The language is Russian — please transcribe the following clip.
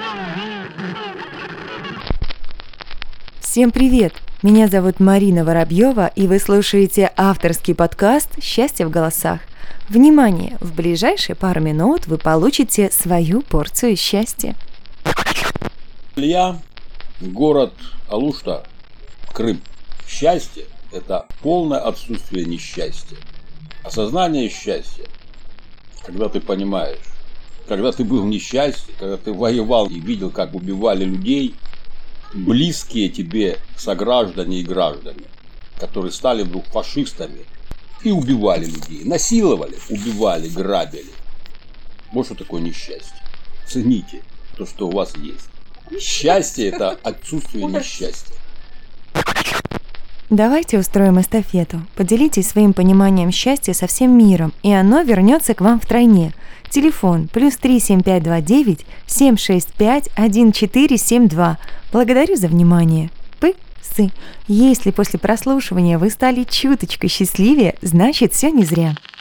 Всем привет! Меня зовут Марина Воробьева, и вы слушаете авторский подкаст «Счастье в голосах». Внимание! В ближайшие пару минут вы получите свою порцию счастья. Илья, город Алушта, Крым. Счастье – это полное отсутствие несчастья. Осознание счастья, когда ты понимаешь, когда ты был в несчастье, когда ты воевал и видел, как убивали людей, близкие тебе сограждане и граждане, которые стали вдруг фашистами и убивали людей, насиловали, убивали, грабили. Вот что такое несчастье. Цените то, что у вас есть. Счастье – это отсутствие несчастья. Давайте устроим эстафету. Поделитесь своим пониманием счастья со всем миром, и оно вернется к вам втройне. Телефон +3 7529 765 1472. Благодарю за внимание. Если после прослушивания вы стали чуточку счастливее, значит все не зря.